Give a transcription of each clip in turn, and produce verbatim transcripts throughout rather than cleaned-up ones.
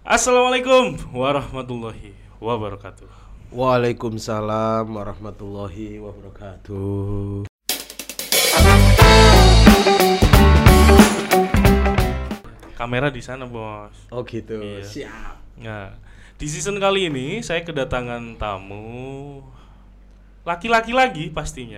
Assalamualaikum warahmatullahi wabarakatuh. Waalaikumsalam warahmatullahi wabarakatuh. Kamera di sana, Bos. Oh gitu. Iya. Siap. Nah, di season kali ini saya kedatangan tamu laki-laki lagi pastinya.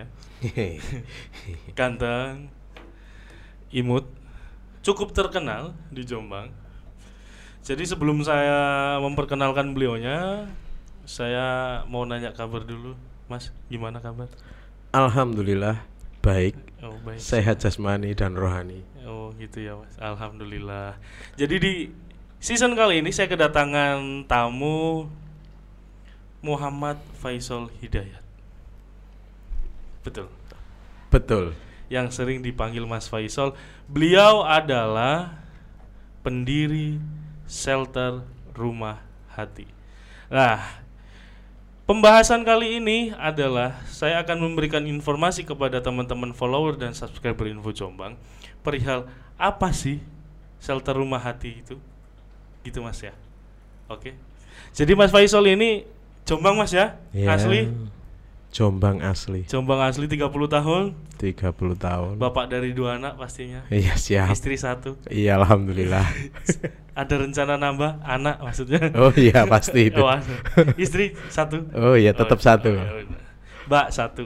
Ganteng, imut, cukup terkenal di Jombang. Jadi sebelum saya memperkenalkan beliaunya, saya mau nanya kabar dulu, Mas. Gimana kabar? Alhamdulillah baik. Oh, baik. Sehat jasmani dan rohani. Oh, gitu ya, Mas. Alhamdulillah. Jadi di season kali ini saya kedatangan tamu Muhammad Faisal Hidayat. Betul. Betul. Yang sering dipanggil Mas Faisal. Beliau adalah pendiri Shelter Rumah Hati. Nah, pembahasan kali ini adalah saya akan memberikan informasi kepada teman-teman follower dan subscriber Info Jombang perihal apa sih Shelter Rumah Hati itu. Gitu, Mas ya. Oke. Jadi Mas Faisal ini Jombang, Mas ya? Ya, Asli? Jombang asli. Jombang asli, tiga puluh tahun. tiga puluh tahun. Bapak dari dua anak pastinya. Iya siap. Istri satu. Iya alhamdulillah. Ada rencana nambah anak maksudnya? Oh iya pasti itu. Oh, istri satu. Oh iya tetap oh, satu. Oh, iya, Mbak satu.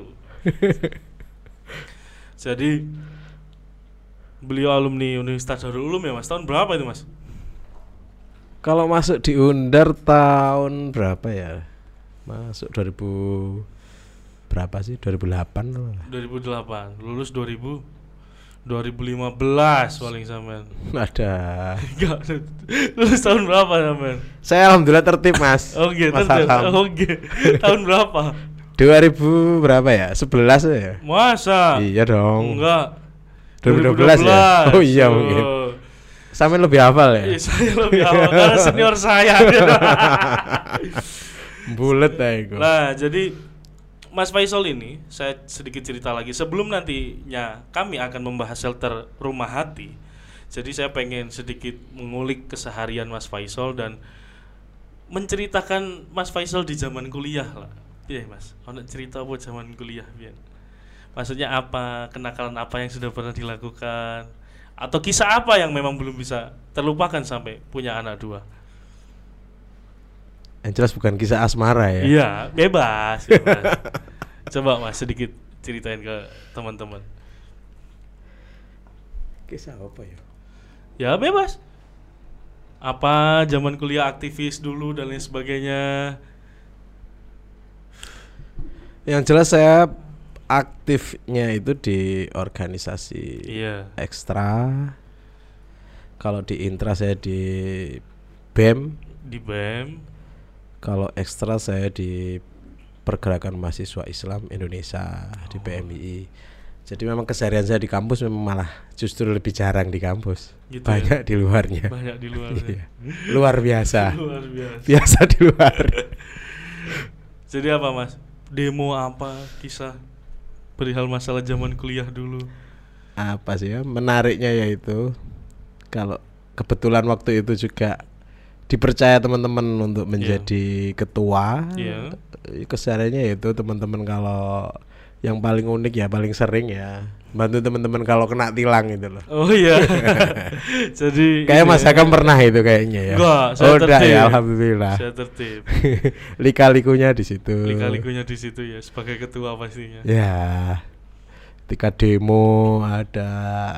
Jadi beliau alumni Universitas Darul Ulum ya, Mas. Tahun berapa itu, Mas? Kalau masuk di Undar tahun berapa ya? Masuk dua ribu berapa sih? dua ribu delapan loh. dua ribu delapan. Lulus dua ribu dua ribu lima belas paling sampean. Ada. Enggak. Lulus tahun berapa sampean? Saya alhamdulillah tertib, Mas. Oh gitu. Mas Alham. Oh gitu. Tahun berapa? dua ribu berapa ya? sebelas ya? Masa? Iya dong. Enggak. dua ribu dua belas ya? Oh iya oh. mungkin. Sampai lebih hafal ya? Eh, saya lebih awal karena senior saya. Bulet ya. Nah, jadi Mas Faisal ini saya sedikit cerita lagi sebelum nantinya kami akan membahas Shelter Rumah Hati. Jadi saya pengen sedikit mengulik keseharian Mas Faisal dan menceritakan Mas Faisal di zaman kuliah lah. Iya, Mas. Ono cerita buat zaman kuliah, biar. Maksudnya apa, kenakalan apa yang sudah pernah dilakukan, atau kisah apa yang memang belum bisa terlupakan sampai punya anak dua. Yang jelas bukan kisah asmara ya? Iya, bebas, bebas. Coba Mas sedikit ceritain ke teman-teman. Kisah apa ya? Ya bebas. Apa zaman kuliah aktivis dulu dan lain sebagainya. Yang jelas saya aktifnya itu di organisasi Iya. ekstra. Kalau di intra saya di B E M. Di B E M. Kalau ekstra saya di Pergerakan Mahasiswa Islam Indonesia oh. di P M I I. Jadi memang keseharian saya di kampus memang malah justru lebih jarang di kampus. Gitu banyak ya? Di luarnya. Banyak di luarnya. Luar biasa. Luar biasa. Biasa di luar. Jadi apa, Mas? Demo apa, kisah perihal masalah zaman kuliah dulu? Apa sih ya? Menariknya yaitu kalau kebetulan waktu itu juga dipercaya teman-teman untuk menjadi yeah. ketua. Yeah. Kesehariannya itu teman-teman kalau yang paling unik ya paling sering ya bantu teman-teman kalau kena tilang gitu loh. Oh iya. Jadi kayak Mas Hakam ya. Pernah itu kayaknya ya. Enggak, saya oh, tertib. Ya alhamdulillah. Saya tertib. Lika-likunya di situ. Lika-likunya di situ ya sebagai ketua pastinya. Ya. Ketika demo ada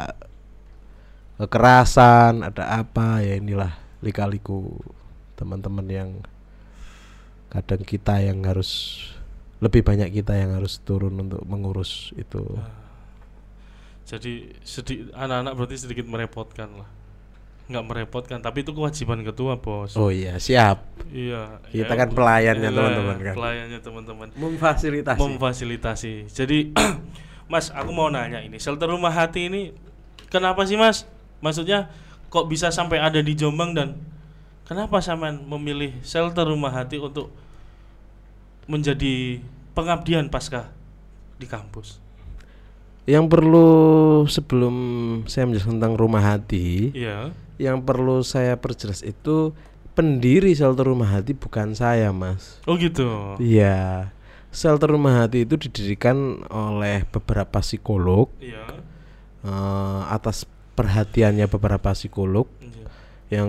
kekerasan, ada apa ya inilah lika-liku teman-teman yang kadang kita yang harus lebih banyak kita yang harus turun untuk mengurus itu. Uh, jadi sedih anak-anak berarti sedikit merepotkan lah. Nggak merepotkan, tapi itu kewajiban ketua, Bos. Oh iya, siap. Iya. Kita ya, kan pelayannya ya, teman-teman kan. Pelayannya teman-teman. Memfasilitasi. Memfasilitasi. Jadi Mas, aku mau nanya ini, Shelter Rumah Hati ini kenapa sih, Mas? Maksudnya kok bisa sampai ada di Jombang dan kenapa sampean memilih Shelter Rumah Hati untuk menjadi pengabdian pasca di kampus? Yang perlu sebelum saya menjelaskan tentang Rumah Hati, Iya. yang perlu saya perjelas itu pendiri shelter rumah hati bukan saya, Mas. Oh gitu. Iya. Shelter rumah hati itu didirikan oleh beberapa psikolog. Iya. Uh, atas perhatiannya beberapa psikolog Iya. yang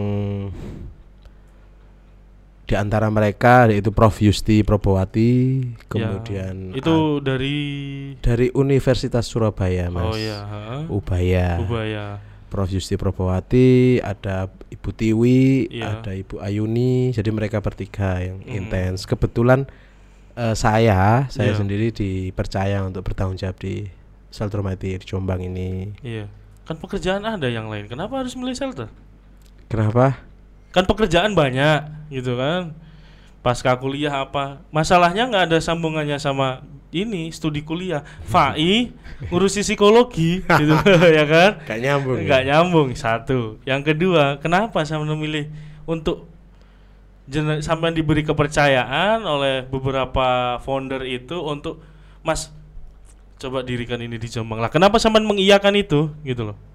di antara mereka yaitu Prof Yusti Probowati, kemudian ya, itu dari dari Universitas Surabaya, Mas. Oh ya, Ubaya. Ubaya. Prof Yusti Probowati, ada Ibu Tiwi, ya. ada Ibu Ayuni. Jadi mereka bertiga yang hmm. intens. Kebetulan uh, saya, saya ya. sendiri dipercaya untuk bertanggung jawab di shelter rumah hati di Jombang ini. Iya. Kan pekerjaan ada yang lain. Kenapa harus milih shelter? Kenapa? Kan pekerjaan banyak gitu kan, pasca kuliah apa masalahnya nggak ada sambungannya sama ini studi kuliah. F A I ngurusi psikologi gitu ya kan, nggak nyambung nggak ya? nyambung satu. Yang kedua, kenapa saya memilih untuk jen- sampai diberi kepercayaan oleh beberapa founder itu untuk Mas coba dirikan ini di Jombang lah, kenapa sampai mengiyakan itu gitu loh?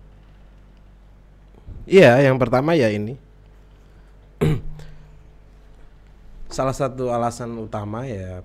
Iya, yang pertama ya ini salah satu alasan utama ya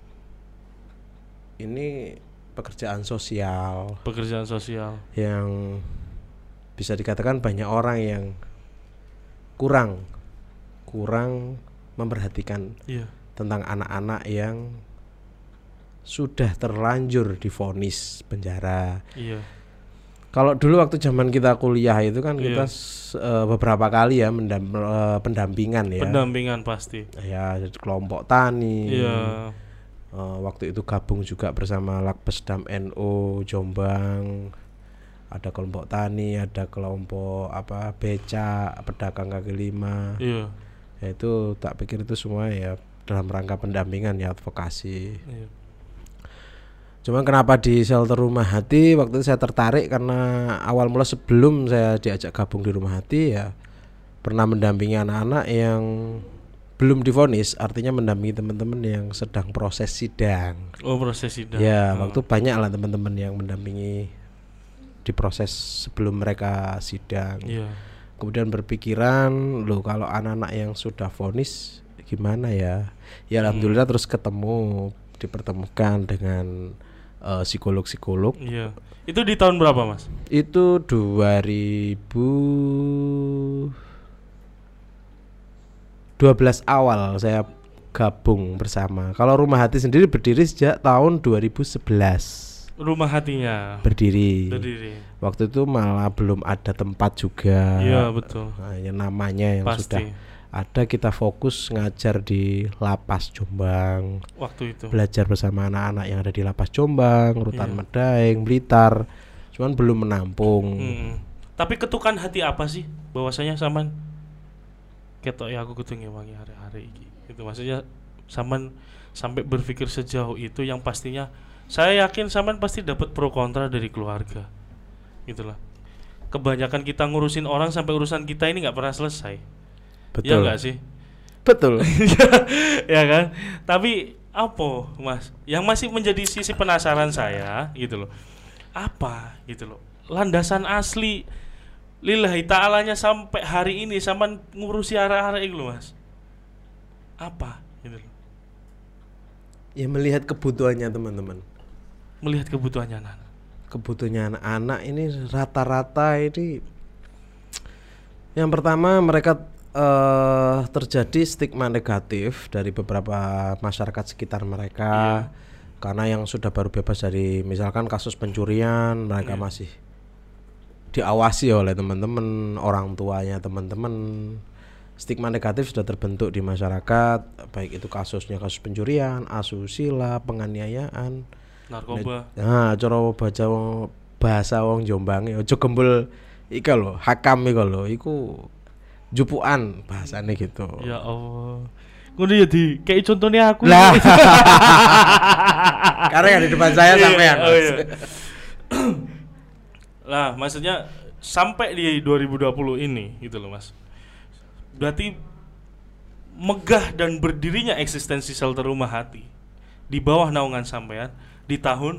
ini pekerjaan sosial. Pekerjaan sosial yang bisa dikatakan banyak orang yang kurang kurang memperhatikan iya. tentang anak-anak yang sudah terlanjur divonis penjara. Iya. Kalau dulu waktu zaman kita kuliah itu kan iya. kita uh, beberapa kali ya mendam, uh, pendampingan ya. Pendampingan pasti. Ya, kelompok tani. Iya. Uh, waktu itu gabung juga bersama Lakpesdam N U Jombang. Ada kelompok tani, ada kelompok apa becak, pedagang kaki lima. Iya. Ya itu tak pikir itu semua ya dalam rangka pendampingan ya, advokasi. Iya. Cuman kenapa di shelter rumah hati waktu itu saya tertarik karena awal mula sebelum saya diajak gabung di rumah hati ya pernah mendampingi anak-anak yang belum divonis, artinya mendampingi teman-teman yang sedang proses sidang. Oh, proses sidang. Ya, oh. waktu banyak lah teman-teman yang mendampingi di proses sebelum mereka sidang. Iya. Kemudian berpikiran, loh kalau anak-anak yang sudah vonis gimana ya? Ya alhamdulillah hmm. terus ketemu, dipertemukan dengan Uh, psikolog-psikolog. Iya. Itu di tahun berapa, Mas? Itu dua ribu dua belas awal saya gabung bersama. Kalau rumah hati sendiri berdiri sejak tahun dua ribu sebelas. Rumah hatinya berdiri. Berdiri. Waktu itu malah belum ada tempat juga. Iya, betul. Hanya namanya yang pasti. Sudah ada, kita fokus ngajar di Lapas Jombang. Waktu itu belajar bersama anak-anak yang ada di Lapas Jombang, Rutan yeah. Medaeng, Blitar. Cuman belum menampung. hmm. Tapi ketukan hati apa sih bahwasanya sampean ketok ya aku kudu ngewangi hari-hari iki. Itu maksudnya sampean sampai berpikir sejauh itu, yang pastinya saya yakin sampean pasti dapat pro kontra dari keluarga. Gitulah. Kebanyakan kita ngurusin orang sampai urusan kita ini nggak pernah selesai. Betul. Ya enggak sih? Betul. Ya kan? Tapi apa, Mas? Yang masih menjadi sisi penasaran saya gitu loh. Apa gitu loh. Landasan asli lillahi ta'alanya sampai hari ini sampai ngurusi arah-arah itu loh, Mas. Apa gitu loh. Ya melihat kebutuhannya teman-teman. Melihat kebutuhannya anak. Kebutuhannya anak-anak ini rata-rata ini yang pertama mereka Uh, terjadi stigma negatif dari beberapa masyarakat sekitar mereka. Iya. Karena yang sudah baru bebas dari misalkan kasus pencurian, mereka iya. masih diawasi oleh teman-teman, orang tuanya teman-teman. Stigma negatif sudah terbentuk di masyarakat, baik itu kasusnya kasus pencurian, asusila, penganiayaan, narkoba. Nah, cara baca bahasa wong Jombang ojo gembul ika lho, hakam ika lho, iku jupuan bahasanya gitu. Ya Allah. Ngono ya di kayak contohnya aku. Lah. Karena di depan saya sampean. Oh, iya. Lah, maksudnya sampai di dua ribu dua puluh ini gitu loh, Mas. Berarti megah dan berdirinya eksistensi shelter rumah hati di bawah naungan sampean di tahun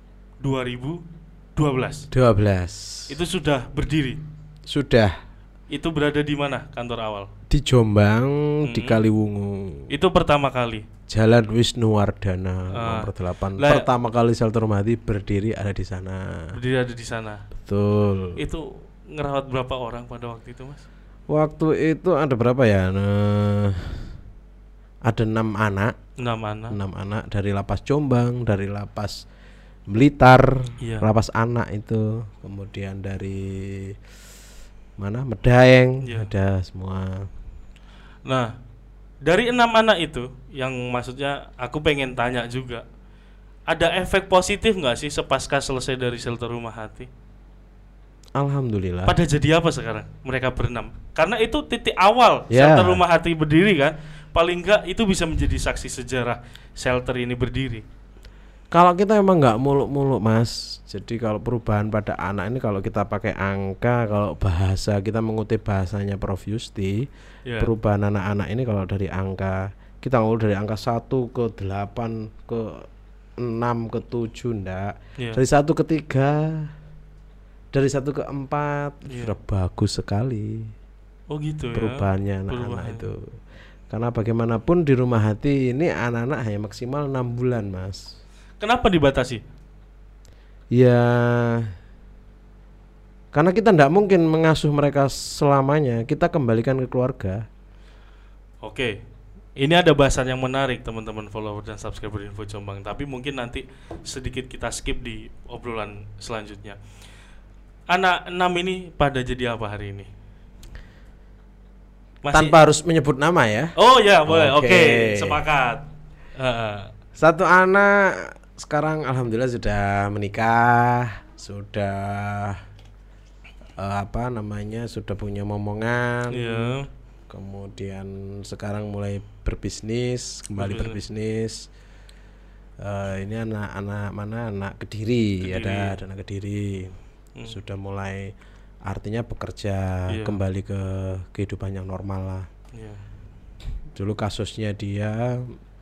dua ribu dua belas. dua belas. Itu sudah berdiri. Sudah. Itu berada di mana kantor awal? Di Jombang, hmm. di Kaliwungu. Itu pertama kali. Jalan Wisnuwardana uh, nomor delapan. Lah, pertama kali shelter rumah hati berdiri ada di sana. Berdiri ada di sana. Betul. Itu ngerawat berapa orang pada waktu itu, Mas? Waktu itu ada berapa ya? Nah, ada enam anak. Enam anak. Enam anak dari lapas Jombang, dari lapas Blitar, iya. lapas anak itu, kemudian dari mana Medaeng, iya. ada semua. Nah, dari enam anak itu, yang maksudnya aku pengen tanya juga, ada efek positif nggak sih sepasca selesai dari shelter rumah hati? Alhamdulillah. Pada jadi apa sekarang mereka berenam? Karena itu titik awal yeah. shelter rumah hati berdiri kan. Paling enggak itu bisa menjadi saksi sejarah shelter ini berdiri. Kalau kita emang nggak muluk-muluk Mas. Jadi kalau perubahan pada anak ini kalau kita pakai angka, kalau bahasa kita mengutip bahasanya Prof Yusti, yeah. perubahan anak-anak ini kalau dari angka kita ngomong dari angka satu ke delapan ke enam ke tujuh ndak. Yeah. Dari satu ke tiga, dari satu ke empat yeah. sudah bagus sekali. Oh gitu ya. Perubahannya anak-anak itu. Karena bagaimanapun di rumah hati ini anak-anak hanya maksimal enam bulan Mas. Kenapa dibatasi? Ya, karena kita tidak mungkin mengasuh mereka selamanya. Kita kembalikan ke keluarga. Oke, ini ada bahasan yang menarik teman-teman follower dan subscriber Info Jombang. Tapi mungkin nanti sedikit kita skip di obrolan selanjutnya. Anak enam ini pada jadi apa hari ini? Masih... Tanpa harus menyebut nama ya? Oh ya boleh, oke, okay. okay. sepakat. Uh. Satu anak sekarang alhamdulillah sudah menikah, sudah uh, apa namanya, sudah punya momongan. Yeah. Kemudian sekarang mulai berbisnis, kembali berbisnis. Uh, ini anak-anak mana? Anak Kediri, Kediri. ada, ada anak Kediri. Hmm. Sudah mulai artinya bekerja, yeah. kembali ke kehidupan yang normal lah. Yeah. Dulu kasusnya dia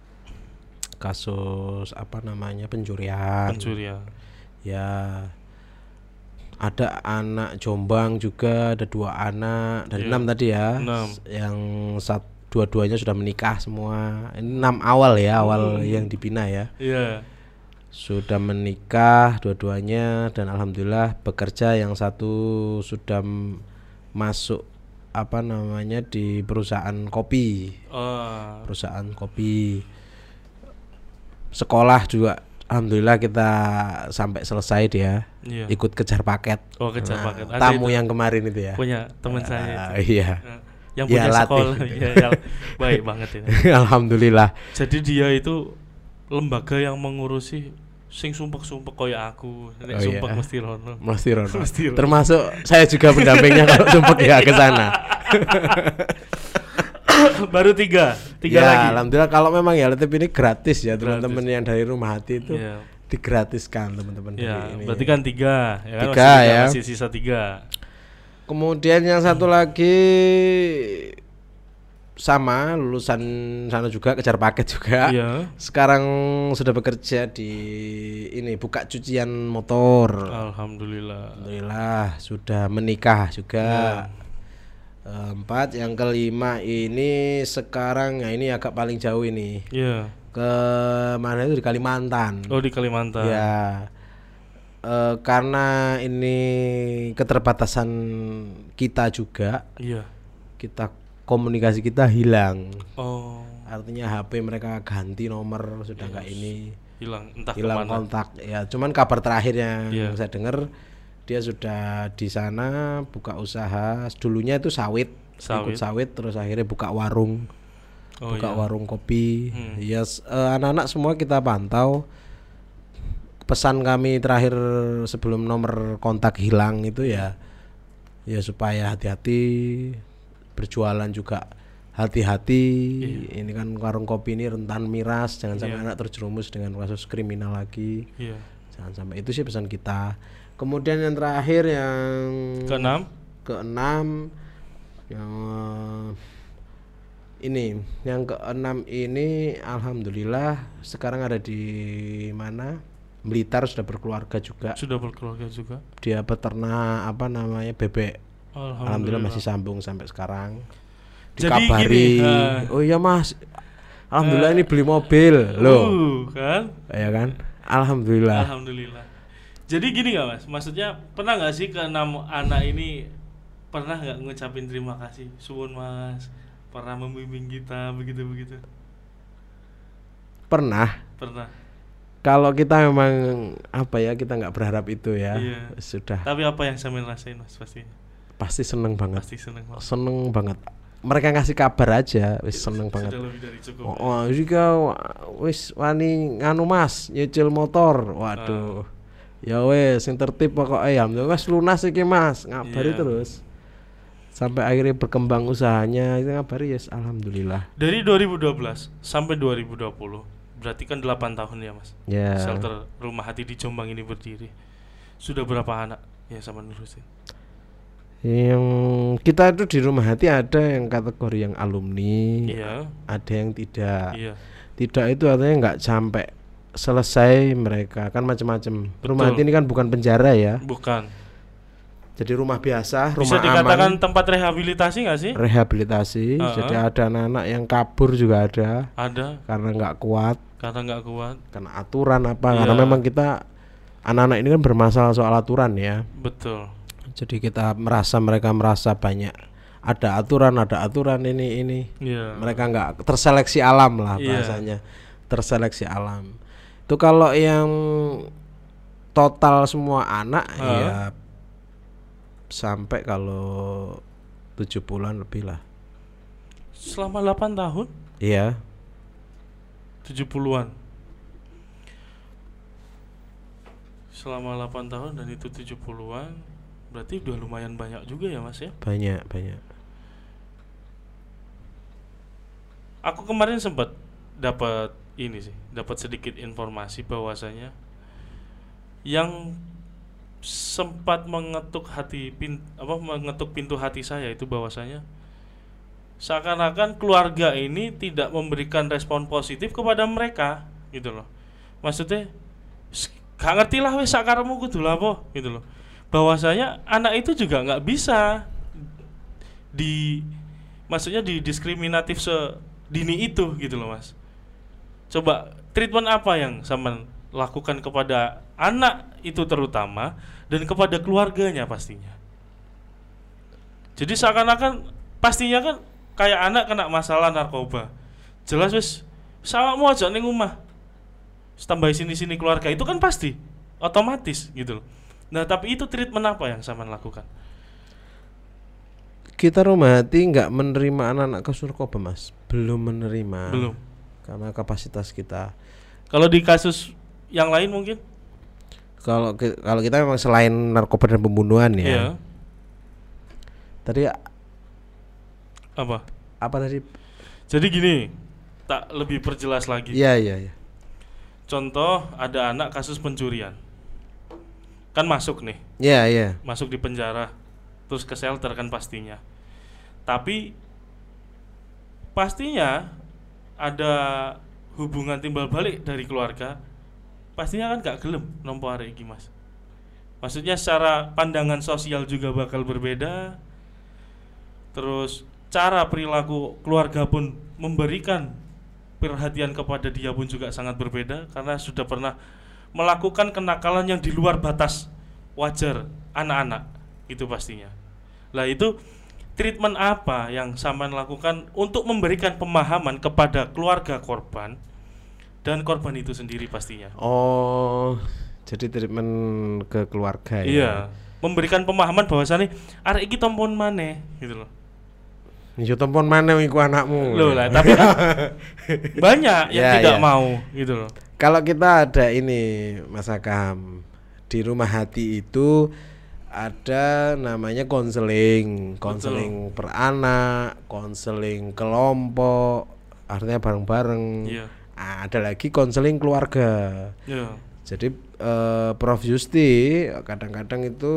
kasus apa namanya pencurian. Pencurian. Ya. Ada anak Jombang juga, ada dua anak dari yeah. enam tadi ya. enam. Yang satu dua-duanya sudah menikah semua. Ini enam awal ya, awal hmm. yang dibina ya. Iya. Yeah. Sudah menikah dua-duanya dan alhamdulillah bekerja. Yang satu sudah m- masuk apa namanya di perusahaan kopi. Oh. Perusahaan kopi. Sekolah juga alhamdulillah kita sampai selesai dia. Iya. Ikut kejar paket. Oh, kejar nah, paket. Tamu yang kemarin itu ya. Punya teman uh, saya itu. Iya. Yang punya ya, sekolah. Ya, ya, baik banget ini. Alhamdulillah. Jadi dia itu lembaga yang mengurusi sing sumpek-sumpek kayak aku. Nek oh sumpek iya. mesti rono. Mesti rono. Termasuk saya juga pendampingnya kalau sumpek ya ke sana. Baru tiga, tiga ya, lagi. Alhamdulillah kalau memang ya Letip ini gratis ya teman-teman yang dari rumah hati itu yeah. digratiskan teman-teman. Ya, ini. berarti kan tiga, ya kan? Tiga masih, ya. Masih sisa tiga. Kemudian yang satu lagi sama lulusan sana juga kejar paket juga. Iya. Sekarang sudah bekerja di ini buka cucian motor. Alhamdulillah. Alhamdulillah sudah menikah juga. Ya. Empat, yang kelima ini sekarang ya ini agak paling jauh ini. Iya. Ke mana itu di Kalimantan. Oh di Kalimantan. Ya. E, karena ini keterbatasan kita juga. Iya. Kita komunikasi kita hilang. Oh. Artinya H P mereka ganti nomor sudah nggak yes. ini. Hilang entah hilang kemana. Kontak. Ya, cuman kabar terakhir yang yeah. saya dengar dia sudah di sana buka usaha. Dulunya itu sawit, sawit. ikut sawit terus akhirnya buka warung. Oh, buka iya. warung kopi. Hmm. Ya yes, uh, anak-anak semua kita pantau. Pesan kami terakhir sebelum nomor kontak hilang itu ya ya supaya hati-hati, berjualan juga hati-hati. Iya. Ini kan warung kopi ini rentan miras, jangan sampai iya. anak terjerumus dengan kasus kriminal lagi. Iya. Jangan sampai, itu sih pesan kita. Kemudian yang terakhir yang keenam, keenam yang ini, yang keenam ini alhamdulillah sekarang ada di mana? Blitar, sudah berkeluarga juga. Sudah berkeluarga juga. Dia peternak apa namanya bebek Alhamdulillah, Alhamdulillah masih sambung sampai sekarang. Dikabari, gini, uh, oh iya Mas, alhamdulillah uh, ini beli mobil loh, uh, kan? Ya kan? Alhamdulillah. Alhamdulillah. Jadi gini nggak Mas? Maksudnya pernah nggak sih keenam anak ini pernah nggak ngucapin terima kasih, suwun Mas, pernah membimbing kita begitu begitu? Pernah. Pernah. Kalau kita memang apa ya, kita nggak berharap itu ya. Iya. Sudah. Tapi apa yang sambil rasain Mas pasti? Pasti seneng banget. Pasti seneng banget. Seneng banget. Mereka ngasih kabar aja, wis seneng sudah banget. Lebih dari cukup. Oh, oh jika wis wani nganu Mas, nyicil motor. Waduh. Uh. Ya wis sing tertib pokoknya ya. Wis lunas iki Mas, ngabari yeah. Terus. Sampai akhirnya berkembang usahanya, itu ngabari yes, alhamdulillah. Dari dua ribu dua belas sampai dua ribu dua puluh, berarti kan delapan tahun ya Mas. Yeah. Shelter Rumah Hati di Jombang ini berdiri. Sudah berapa anak ya sama nurusin? Yang kita itu di Rumah Hati ada yang kategori yang alumni, iya. Ada yang tidak. Iya. Tidak itu artinya nggak sampai selesai mereka, kan macam-macam. Rumah Hati ini kan bukan penjara ya. Bukan. Jadi rumah biasa, rumah bisa dikatakan aman, tempat rehabilitasi nggak sih? Rehabilitasi. Uh-huh. Jadi ada anak-anak yang kabur juga ada. Ada. Karena nggak kuat. Karena nggak kuat. Karena aturan apa? Iya. Karena memang kita anak-anak ini kan bermasalah soal aturan ya. Betul. Jadi kita merasa mereka merasa banyak ada aturan, ada aturan ini ini. Yeah. Mereka nggak terseleksi alam lah bahasanya, yeah. Terseleksi alam. Itu kalau yang total semua anak uh. ya sampai kalau tujuh puluhan lebih lah. Selama delapan tahun? Iya. tujuh puluhan. Selama delapan tahun dan itu tujuh puluhan. Berarti udah lumayan banyak juga ya Mas ya? Banyak, banyak. Aku kemarin sempat dapat ini sih, dapat sedikit informasi bahwasanya yang sempat mengetuk hati pin, apa mengetuk pintu hati saya itu bahwasanya seakan-akan keluarga ini tidak memberikan respon positif kepada mereka gitu loh. Maksudnya gak ngerti lah wes sakaremu kudu lapo gitu loh. Bahwasanya anak itu juga nggak bisa di maksudnya didiskriminatif sedini itu gitu loh Mas. Coba treatment apa yang sama lakukan kepada anak itu terutama dan kepada keluarganya pastinya. Jadi seakan-akan pastinya kan kayak anak kena masalah narkoba. Jelas wis sawakmu aja ning omah. Tambah sini-sini keluarga itu kan pasti otomatis gitu loh. Nah tapi itu treatment apa yang sama lakukan? Kita Rumah Hati nggak menerima anak-anak kasus narkoba Mas, belum menerima. Belum. Karena kapasitas kita. Kalau di kasus yang lain mungkin? Kalau kalau kita memang selain narkoba dan pembunuhan ya. Iya. Tadi apa? Apa tadi? Jadi gini, tak lebih perjelas lagi. Iya iya. Ya. Contoh ada anak kasus pencurian. Kan masuk nih. Iya, iya. Masuk di penjara. Terus ke shelter kan pastinya. Tapi pastinya ada hubungan timbal balik dari keluarga. Pastinya kan gak gelem nompo arek iki Mas. Maksudnya secara pandangan sosial juga bakal berbeda. Terus cara perilaku keluarga pun memberikan perhatian kepada dia pun juga sangat berbeda karena sudah pernah melakukan kenakalan yang di luar batas wajar anak-anak itu pastinya. Lah itu treatment apa yang sampean lakukan untuk memberikan pemahaman kepada keluarga korban dan korban itu sendiri pastinya? Oh, jadi treatment ke keluarga ya. Iya, memberikan pemahaman bahwasannya arek iki tompon maneh gitu loh. Yo tompon maneh iku anakmu. Loh lah, tapi kan banyak yang ya, tidak ya. mau gitu loh. Kalau kita ada ini Mas Akam, di Rumah Hati itu ada namanya konseling, konseling per anak, konseling kelompok, artinya bareng-bareng. Iya. Nah, ada lagi konseling keluarga. Iya. Jadi eh, Prof Yusti kadang-kadang itu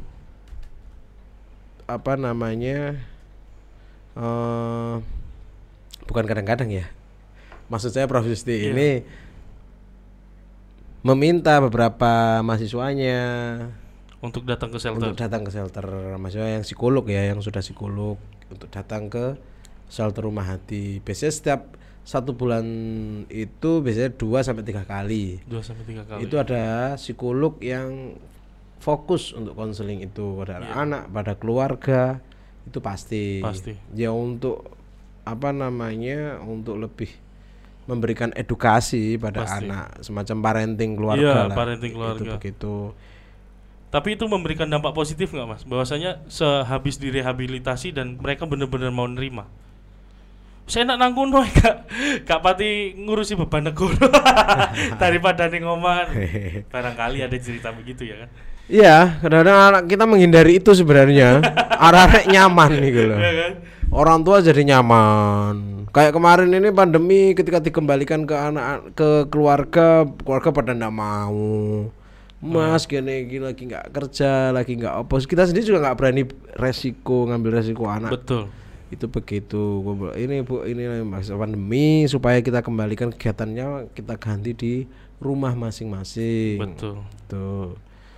apa namanya eh, bukan kadang-kadang ya. Maksud saya Prof Yusti iya. ini meminta beberapa mahasiswanya untuk datang ke shelter. Untuk datang ke shelter, maksudnya yang psikolog ya, yang sudah psikolog untuk datang ke shelter Rumah Hati. Biasanya setiap satu bulan itu biasanya dua sampai tiga kali. Dua sampai tiga kali. Itu ada psikolog yang fokus untuk konseling itu pada yeah. anak, pada keluarga, itu pasti. Pasti. Ya untuk apa namanya, untuk lebih memberikan edukasi pada pasti. Anak, semacam parenting keluarga yeah, lah. Parenting keluarga. Itu begitu. Tapi itu memberikan dampak positif nggak Mas? Bahwasanya sehabis direhabilitasi dan mereka benar-benar mau nerima. Saya nak nanggung doy kak, kak pati ngurusi beban negara daripada ning oman. Barangkali ada cerita begitu ya kan? Iya, kadang-kadang anak kita menghindari itu sebenarnya. Arah-arah nyaman gitu loh. Orang tua jadi nyaman. Kayak kemarin ini pandemi, ketika dikembalikan ke anak ke keluarga, keluarga pada ndak mau. Mas gini, gini lagi nggak kerja, lagi nggak opos. Kita sendiri juga nggak berani resiko, ngambil resiko anak. Betul. Itu begitu. Ini Bu, ini masa pandemi, supaya kita kembalikan kegiatannya, kita ganti di rumah masing-masing. Betul. Tuh.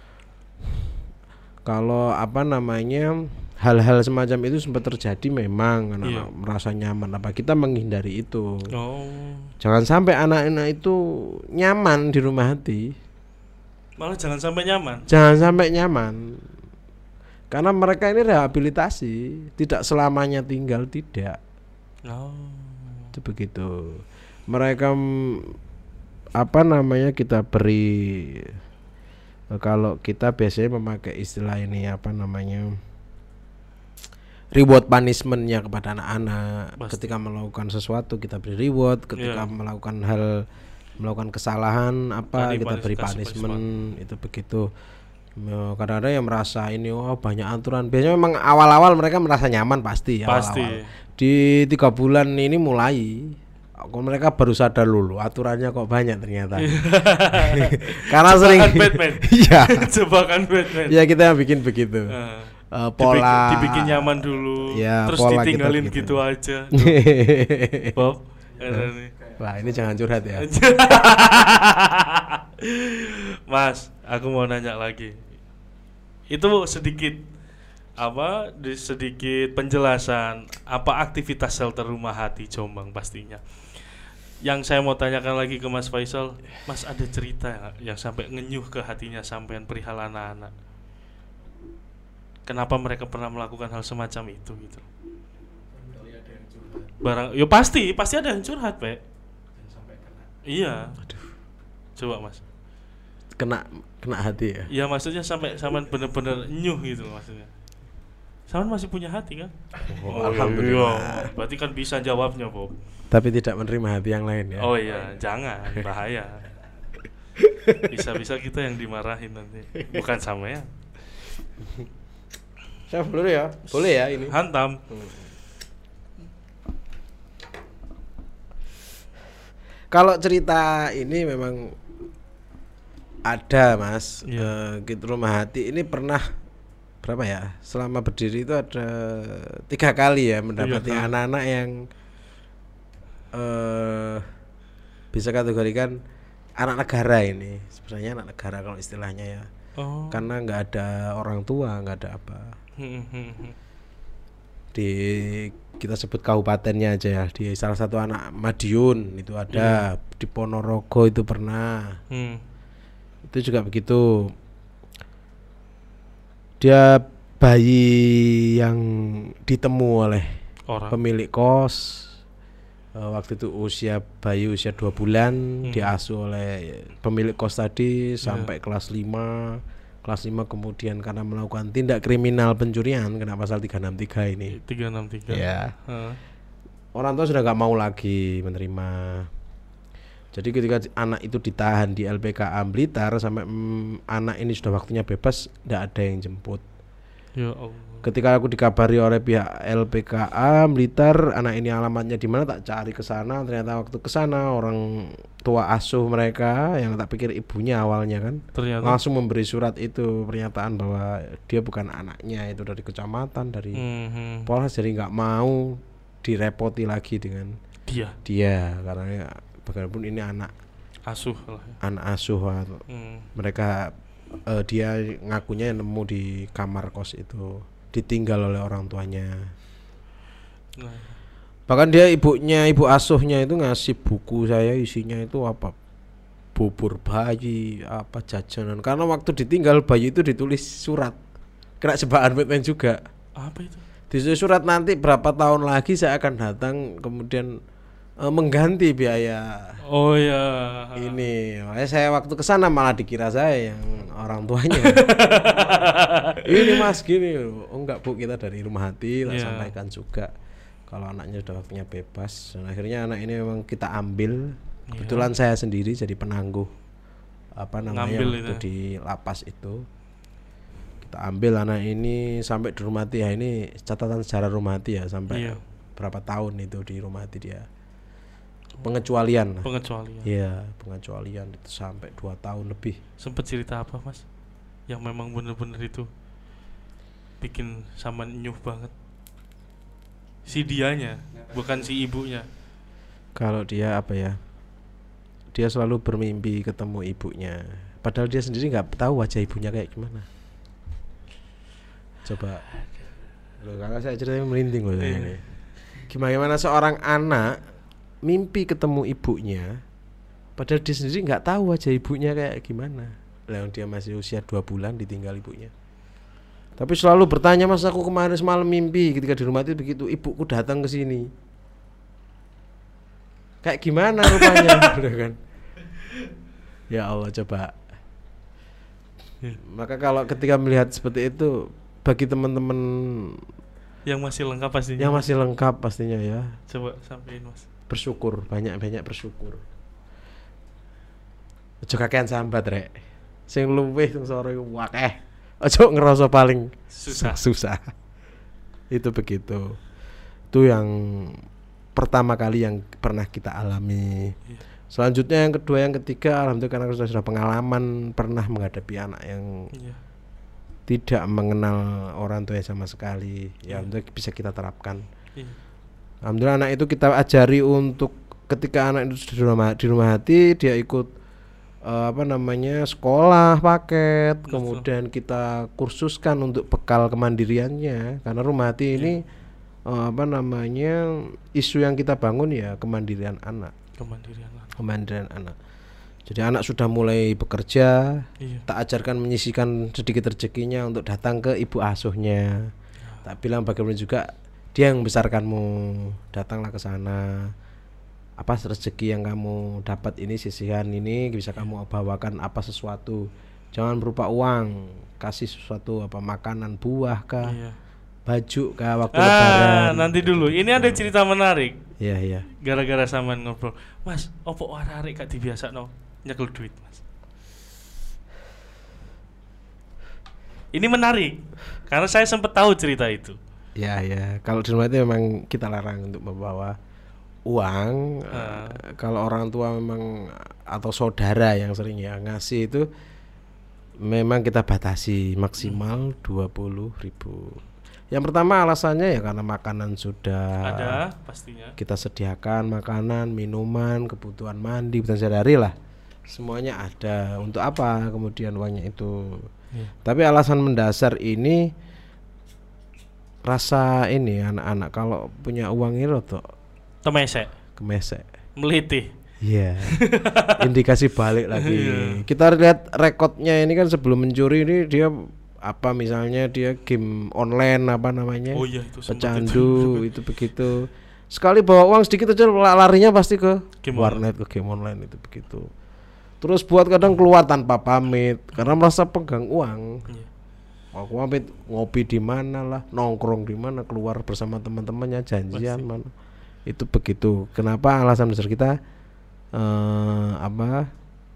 Kalau apa namanya, hal-hal semacam itu sempat terjadi memang anak-anak iya. merasa nyaman, apa kita menghindari itu. Oh. Jangan sampai anak-anak itu nyaman di Rumah Hati. Malah jangan sampai nyaman. Jangan sampai nyaman. Karena mereka ini rehabilitasi, tidak selamanya tinggal, tidak. Oh. Itu begitu. Mereka apa namanya, kita beri, kalau kita biasanya memakai istilah ini apa namanya, reward punishment-nya kepada anak-anak. Pasti. Ketika melakukan sesuatu kita beri reward, ketika yeah. melakukan hal melakukan kesalahan apa Tadi kita beri punishment, punishment. Itu begitu. Kadang-kadang yang merasa ini oh banyak aturan. Biasanya memang awal-awal mereka merasa nyaman pasti, pasti. Awal-awal. Di tiga bulan ini mulai kok mereka baru sadar dulu aturannya kok banyak ternyata. Karena Jebakan sering Batman. Iya. Jebakan Batman. Ya kita bikin begitu. Uh, uh, pola dibikin, dibikin nyaman dulu, ya, terus ditinggalin gitu, gitu aja. Bob. Wah, ini jangan curhat ya. Mas, aku mau nanya lagi. Itu sedikit apa di sedikit penjelasan apa aktivitas shelter Rumah Hati Jombang pastinya. Yang saya mau tanyakan lagi ke Mas Faisal, Mas ada cerita yang sampai ngenyuh ke hatinya sampean perihal anak-anak? Kenapa mereka pernah melakukan hal semacam itu gitu? Barang, yo pasti, pasti ada yang curhat, Pak. Iya. Aduh. Coba Mas. Kena kena hati ya? Iya, maksudnya sampai sampean bener-bener nyuh gitu maksudnya. Sampean masih punya hati kan? Oh, oh, alhamdulillah. Iya. Berarti kan bisa jawabnya, Bob. Tapi tidak menerima hati yang lain ya. Oh iya, jangan, bahaya. Bisa-bisa kita yang dimarahin nanti. Bukan sama ya. Saya boleh ya? Boleh ya ini. Hantam. Hmm. Kalau cerita ini memang ada Mas, yeah. e, gitu Rumah Hati ini pernah berapa ya? Selama berdiri itu ada tiga kali ya mendapati yeah. anak-anak yang e, bisa kategorikan anak negara ini. Sebenarnya anak negara kalau istilahnya ya, oh. karena nggak ada orang tua, nggak ada apa. Di kita sebut kabupatennya aja ya, di salah satu anak Madiun itu ada, hmm. di Ponorogo itu pernah, hmm. itu juga begitu. Dia bayi yang ditemu oleh orang. Pemilik kos, uh, waktu itu usia bayi usia dua bulan, hmm. diasuh oleh pemilik kos tadi sampai yeah. kelas lima. Kelas lima kemudian karena melakukan tindak kriminal pencurian kena pasal tiga enam tiga ini. tiga enam tiga Ya. Uh. Orang tua sudah gak mau lagi menerima. Jadi ketika anak itu ditahan di L P K A Blitar sampai mm, anak ini sudah waktunya bebas, tidak ada yang jemput. Ya Allah. Ketika aku dikabari oleh pihak L P K A Blitar, anak ini alamatnya di mana, tak cari ke sana, ternyata waktu ke sana orang tua asuh mereka yang tak pikir ibunya awalnya kan, ternyata langsung memberi surat itu pernyataan bahwa dia bukan anaknya, itu dari kecamatan, dari mm-hmm. Polres, jadi nggak mau direpoti lagi dengan dia dia karena ya, bagaimanapun ini anak asuh lah. Anak asuh mm. mereka uh, dia ngakunya nemu di kamar kos itu ditinggal oleh orang tuanya. Nah. Bahkan dia ibunya, ibu asuhnya itu ngasih buku saya, isinya itu apa? Bubur bayi, apa jajanan. Karena waktu ditinggal bayi itu ditulis surat. Kena jebakan Batman juga. Apa itu? Ditulis surat nanti berapa tahun lagi saya akan datang kemudian uh, mengganti biaya. Oh ya. Ini, makanya saya waktu ke sana malah dikira saya yang orang tuanya. Ini Mas gini, oh enggak Bu, kita dari Rumah Hati, lah yeah. sampaikan juga kalau anaknya sudah waktunya bebas. Dan akhirnya anak ini memang kita ambil. Kebetulan yeah. saya sendiri jadi penangguh apa namanya Ngambil waktu itu. di lapas itu. Kita ambil anak ini sampai di Rumah Hati ya, ini catatan sejarah Rumah Hati ya, sampai yeah. berapa tahun itu di Rumah Hati dia. Pengecualian. Pengecualian. Iya, pengecualian itu sampai dua tahun lebih. Sempet cerita apa Mas? Yang memang bener-bener itu bikin sama nyuh banget. Si dianya, bukan si ibunya. Kalau dia apa ya? Dia selalu bermimpi ketemu ibunya. Padahal dia sendiri nggak tahu wajah ibunya kayak gimana. Coba, loh, kalau saya ceritanya merinding loh saya ini. Gimana seorang anak mimpi ketemu ibunya, padahal dia sendiri nggak tahu wajah ibunya kayak gimana. Lah dia masih usia dua bulan ditinggal ibunya. Tapi selalu bertanya, Mas aku kemarin semalam mimpi ketika di Rumah Hati begitu, ibuku datang ke sini. Kayak gimana rupanya, kan? Ya Allah, coba. Maka kalau ketika melihat seperti itu, bagi teman-teman yang masih lengkap pastinya. Yang masih lengkap pastinya ya. Coba sampein Mas. Bersyukur, banyak-banyak bersyukur. Ojo kakean sambat rek. Sing luwih sing sore wakeh. Ojo ngerasa paling susah. Susah. Itu begitu. Itu yang pertama kali yang pernah kita alami. Iya. Selanjutnya yang kedua, yang ketiga, alhamdulillah karena sudah, sudah pengalaman pernah menghadapi anak yang iya. tidak mengenal orang tua sama sekali. Ya, untuk iya. bisa kita terapkan. Iya. Alhamdulillah anak itu kita ajari untuk ketika anak itu di rumah, di Rumah Hati dia ikut uh, apa namanya sekolah paket. Betul. Kemudian kita kursuskan untuk bekal kemandiriannya karena Rumah Hati iya. ini uh, apa namanya isu yang kita bangun ya kemandirian anak. Kemandirian anak. Kemandirian anak. Jadi anak sudah mulai bekerja, iya. tak ajarkan menyisihkan sedikit rezekinya untuk datang ke ibu asuhnya. Ya. Tak bilang bagaimana juga dia yang membesarkanmu, datanglah ke sana. Apa rezeki yang kamu dapat ini, sisihan ini bisa kamu bawakan apa sesuatu. Jangan berupa uang, kasih sesuatu apa makanan, buah kah, iya. baju kah waktu ah, lebaran. Nanti dulu, ini ada cerita menarik. Iya iya. Gara-gara sampean ngobrol, Mas, opo arek gak dibiasakno nyekel duit, Mas. Ini menarik karena saya sempat tahu cerita itu. Ya ya, kalau di Rumah Hati memang kita larang untuk membawa uang. Uh. Kalau orang tua memang atau saudara yang sering ya ngasih itu memang kita batasi maksimal dua puluh ribu. Yang pertama alasannya ya karena makanan sudah ada pastinya. Kita sediakan makanan, minuman, kebutuhan mandi, kebutuhan sehari-hari lah. Semuanya ada. Untuk apa kemudian uangnya itu? Yeah. Tapi alasan mendasar ini rasa ini anak-anak kalau punya uang ini roto temesek, kemesek, meliti. Iya. Yeah. Indikasi balik lagi. Yeah. Kita lihat rekodnya ini kan sebelum mencuri ini dia apa misalnya dia game online apa namanya? Oh iya itu pecandu itu. itu begitu. Sekali bawa uang sedikit aja larinya pasti ke game warnet online. Ke game online itu begitu. Terus buat kadang keluar tanpa pamit karena merasa pegang uang. Yeah. Aku pamit ngopi di mana lah, nongkrong di mana, keluar bersama teman-temannya, janjian Masih. mana. Itu begitu. Kenapa alasan besar kita uh, apa?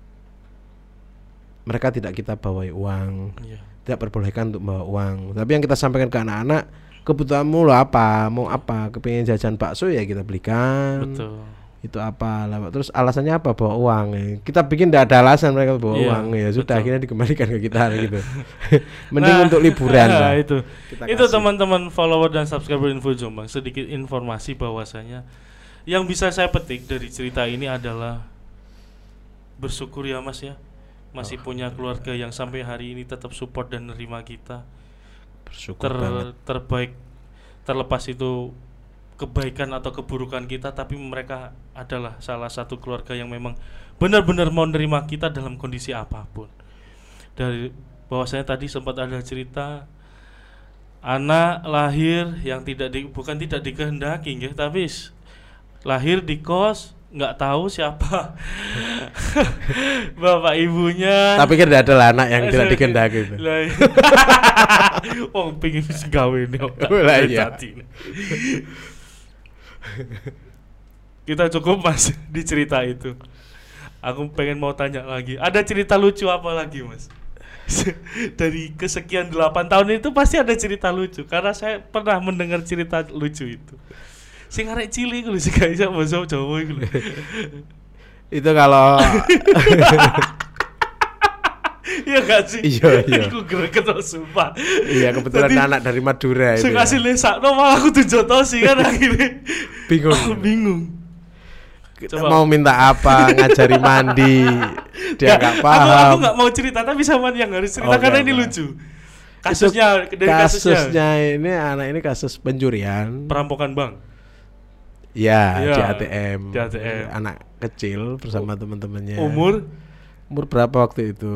Mereka tidak kita bawai uang. Yeah. Tidak perbolehkan untuk bawa uang. Tapi yang kita sampaikan ke anak-anak, kebutuhanmu lo apa? Mau apa? Kepingin jajan bakso ya kita belikan. Betul. Itu apa lah, terus alasannya apa bawa uang, kita bikin tidak ada alasan mereka bawa iya, uang ya sudah betul. Akhirnya dikembalikan ke kita gitu. Mending nah, untuk liburan nah, lah. itu itu teman-teman follower dan subscriber Info Jombang, sedikit informasi bahwasanya yang bisa saya petik dari cerita ini adalah bersyukur ya Mas ya, masih oh, punya keluarga yang sampai hari ini tetap support dan nerima kita. Bersyukur Ter, banget. Terbaik, terlepas itu kebaikan atau keburukan kita, tapi mereka adalah salah satu keluarga yang memang benar-benar mau nerima kita dalam kondisi apapun. Dari bahwasanya tadi sempat ada cerita anak lahir yang tidak di, bukan tidak dikehendaki, ya, tapi lahir di kos, nggak tahu siapa bapak ibunya. Tapi kan ada lah anak yang tidak dikehendaki itu. Wong pengin gawe ini. Kita cukup Mas di cerita itu. Aku pengen mau tanya lagi. Ada cerita lucu apa lagi Mas? Dari kesekian delapan tahun itu pasti ada cerita lucu. Karena saya pernah mendengar cerita lucu itu. Sing arek cilik lho sing gak iso basa Jawa iku lho. Itu kalau iya gak sih? Iya, iya. Aku greget sumpah. Iya, kebetulan tadi, anak dari Madura itu. Sing kasih ya. Lesakno malah aku dijotosi kan akhirnya. Bingung. Oh, bingung. Coba. Mau minta apa, ngajari mandi, dia nggak paham. Aku, aku nggak mau cerita, tapi sama yang harus cerita oh, karena ini lucu. Kasusnya, dari kasusnya. Kasusnya ini anak ini kasus pencurian, perampokan bank. Ya, ya, di A T M. Di A T M. Anak kecil bersama teman-temannya. Umur? Umur berapa waktu itu?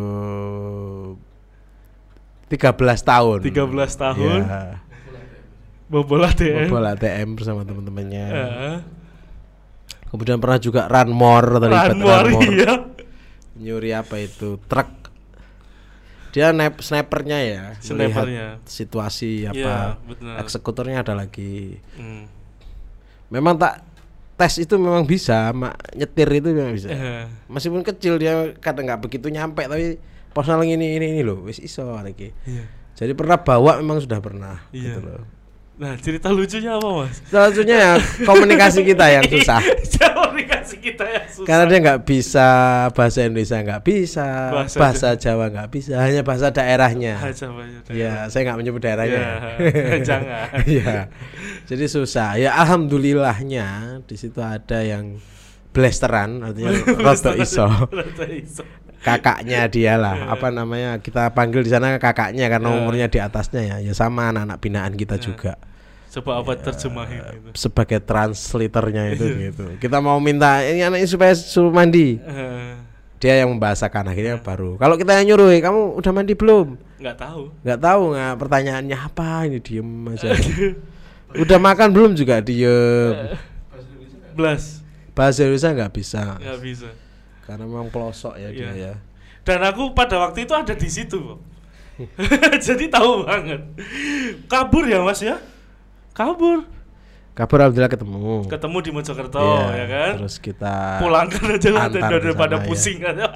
tiga belas tahun. tiga belas tahun. Ya. Bobol A T M. Bobol A T M bersama teman-temannya. Uh. Kemudian pernah juga runmore, terlibat runmore. Iya. Nyuri apa itu? Truk. Dia nep snipernya ya. Snipernya. Situasi apa? Ya, eksekutornya ada lagi. Hmm. Memang tak tes itu memang bisa, mak nyetir itu memang bisa. Uh. Meskipun kecil dia kadang nggak begitu nyampe, tapi personal ini ini ini loh, wis iso lagi. Yeah. Jadi pernah bawa memang sudah pernah. Yeah. Gitu loh. Nah, cerita lucunya apa Mas? Cerita lucunya ya komunikasi kita yang susah. Komunikasi kita yang susah. Karena dia nggak bisa bahasa Indonesia, nggak bisa bahasa, bahasa Jawa nggak bisa, hanya bahasa daerahnya. Bahasa daerah. Ya, saya nggak menyebut daerahnya. Ya, jangan. Ya, jadi susah. Ya, alhamdulillahnya di situ ada yang blasteran, artinya roto iso. Kakaknya dia lah, apa namanya, kita panggil di sana kakaknya karena yeah. umurnya di atasnya ya, ya sama anak-anak binaan kita yeah. juga. Coba apa ya, terjemahin gitu. Sebagai translatornya itu gitu. Kita mau minta ini anaknya supaya suruh mandi. Uh. Dia yang membahasakan akhirnya uh. baru. Kalau kita yang nyuruh, kamu udah mandi belum? Nggak tahu. Nggak tahu nggak. Pertanyaannya apa? Ini diem aja. Udah makan belum juga diem. Blas. Bahasa Indonesia nggak bisa. Nggak bisa. Karena memang pelosok ya dia ya. Dan aku pada waktu itu ada di situ kok. Jadi tahu banget. Kabur ya Mas ya? Kabur. Kabur alhamdulillah ketemu. Ketemu di Mojokerto ya, ya kan? Terus kita pulangkan aja lah daripada pusing ya.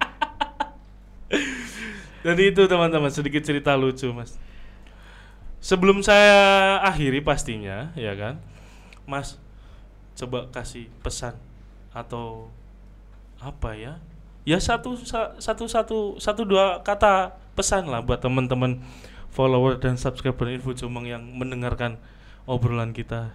Jadi itu teman-teman sedikit cerita lucu Mas. Sebelum saya akhiri pastinya ya kan, Mas coba kasih pesan atau apa ya? Ya satu satu satu satu dua kata pesan lah buat teman-teman follower dan subscriber Info Jomong yang mendengarkan obrolan kita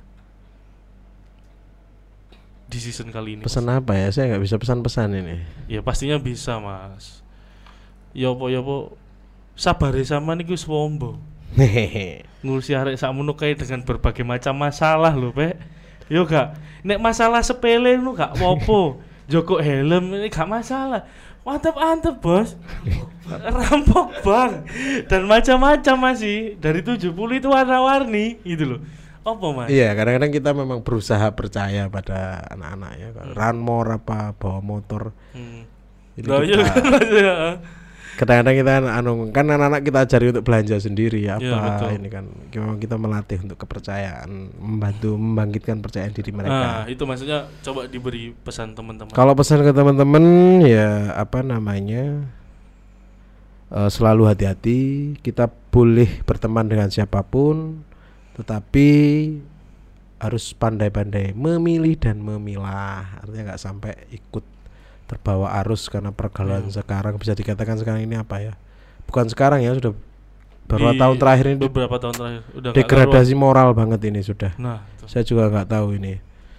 di season kali ini. Pesan apa ya? Saya nggak bisa pesan-pesan ini. Ya pastinya bisa Mas. Yopo yopo sabare sama niku swombo. Ngurusi arek sakmono kae dengan berbagai macam masalah lho, Pak. Yo gak, nek masalah sepele nu gak apa-apa. Joko helm ini gak masalah. Mantap-mantap bos. Rampok bang. Dan macam-macam masih. Dari tujuh puluh itu warna-warni gitu loh. Apa Mas? Iya, kadang-kadang kita memang berusaha percaya pada anak-anak ya. Hmm. Runmore apa bawa motor. Hmm. Jadi nah, kita, ya. Kadang-kadang kita anu kan anak-anak kita ajari untuk belanja sendiri apa ya, ini kan kita melatih untuk kepercayaan, membantu membangkitkan percayaan diri mereka. Nah, itu maksudnya coba diberi pesan teman-teman. Kalau pesan ke teman-teman ya apa namanya? Uh, selalu hati-hati, kita boleh berteman dengan siapapun tetapi harus pandai-pandai memilih dan memilah. Artinya enggak sampai ikut terbawa arus karena pergaulan hmm. sekarang, bisa dikatakan sekarang ini apa ya? Bukan sekarang ya, sudah beberapa tahun terakhir ini beberapa tahun terakhir udah degradasi moral banget ini sudah. Nah, itu. Saya juga nggak tahu ini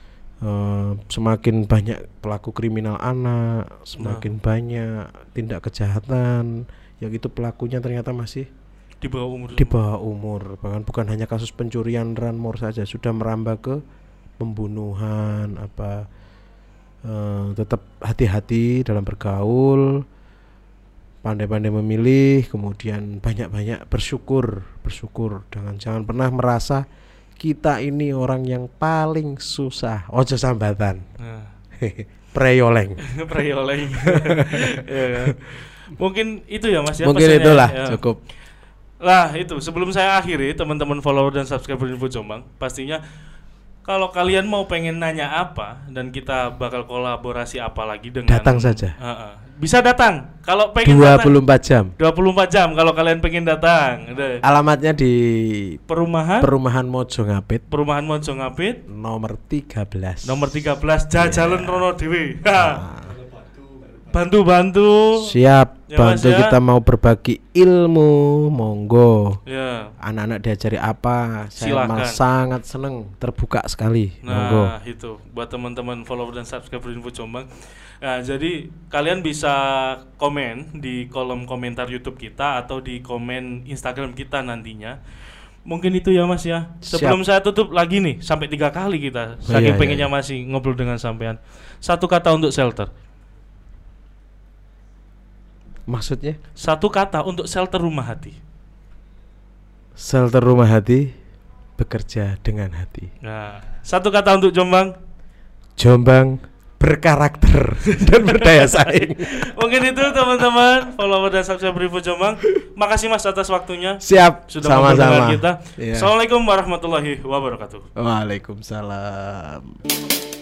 Uh, semakin banyak pelaku kriminal anak, semakin nah. banyak tindak kejahatan yang itu pelakunya ternyata masih di bawah umur. Di bawah umur. Bahkan bukan hanya kasus pencurian ranmor saja, sudah merambah ke pembunuhan apa. Uh, tetap hati-hati dalam bergaul, pandai-pandai memilih, kemudian banyak-banyak bersyukur, bersyukur. Jangan jangan pernah merasa kita ini orang yang paling susah. Ojo sambatan. Nah. Preyoleng. Preyoleng. Ya. Mungkin itu ya Mas ya. Mungkin itulah ya. Cukup. Lah itu sebelum saya akhiri, teman-teman follower dan subscriber Info Jombang, pastinya kalau kalian mau pengen nanya apa dan kita bakal kolaborasi apa lagi dengan datang saja. Uh, uh, bisa datang. Kalau pengen dua puluh empat jam. dua puluh empat jam kalau kalian pengen datang. Udah. Alamatnya di Perumahan Perumahan Mojongapit. Perumahan Mojongapit nomor tiga belas. Nomor tiga belas Jajalan yeah. Rono Dewi. Bantu-bantu. Siap, ya, bantu ya. Kita mau berbagi ilmu, monggo. Ya. Anak-anak diajari apa? Saya malah sangat seneng, terbuka sekali. Nah, monggo. Itu buat teman-teman follower dan subscriber Info Jombang. Nah, jadi kalian bisa komen di kolom komentar YouTube kita atau di komen Instagram kita nantinya. Mungkin itu ya Mas ya. Sebelum Siap. Saya tutup lagi nih, sampai tiga kali kita. Saking oh, iya, pengennya iya. masih ngobrol dengan sampean. Satu kata untuk shelter. Maksudnya? Satu kata untuk shelter rumah hati. Shelter rumah hati bekerja dengan hati. Nah, satu kata untuk Jombang. Jombang berkarakter dan berdaya saing. Mungkin itu teman-teman follower dan subscriber Info Jombang. Makasih Mas atas waktunya. Siap. Sudah sama-sama kita. Yeah. Assalamualaikum warahmatullahi wabarakatuh. Waalaikumsalam.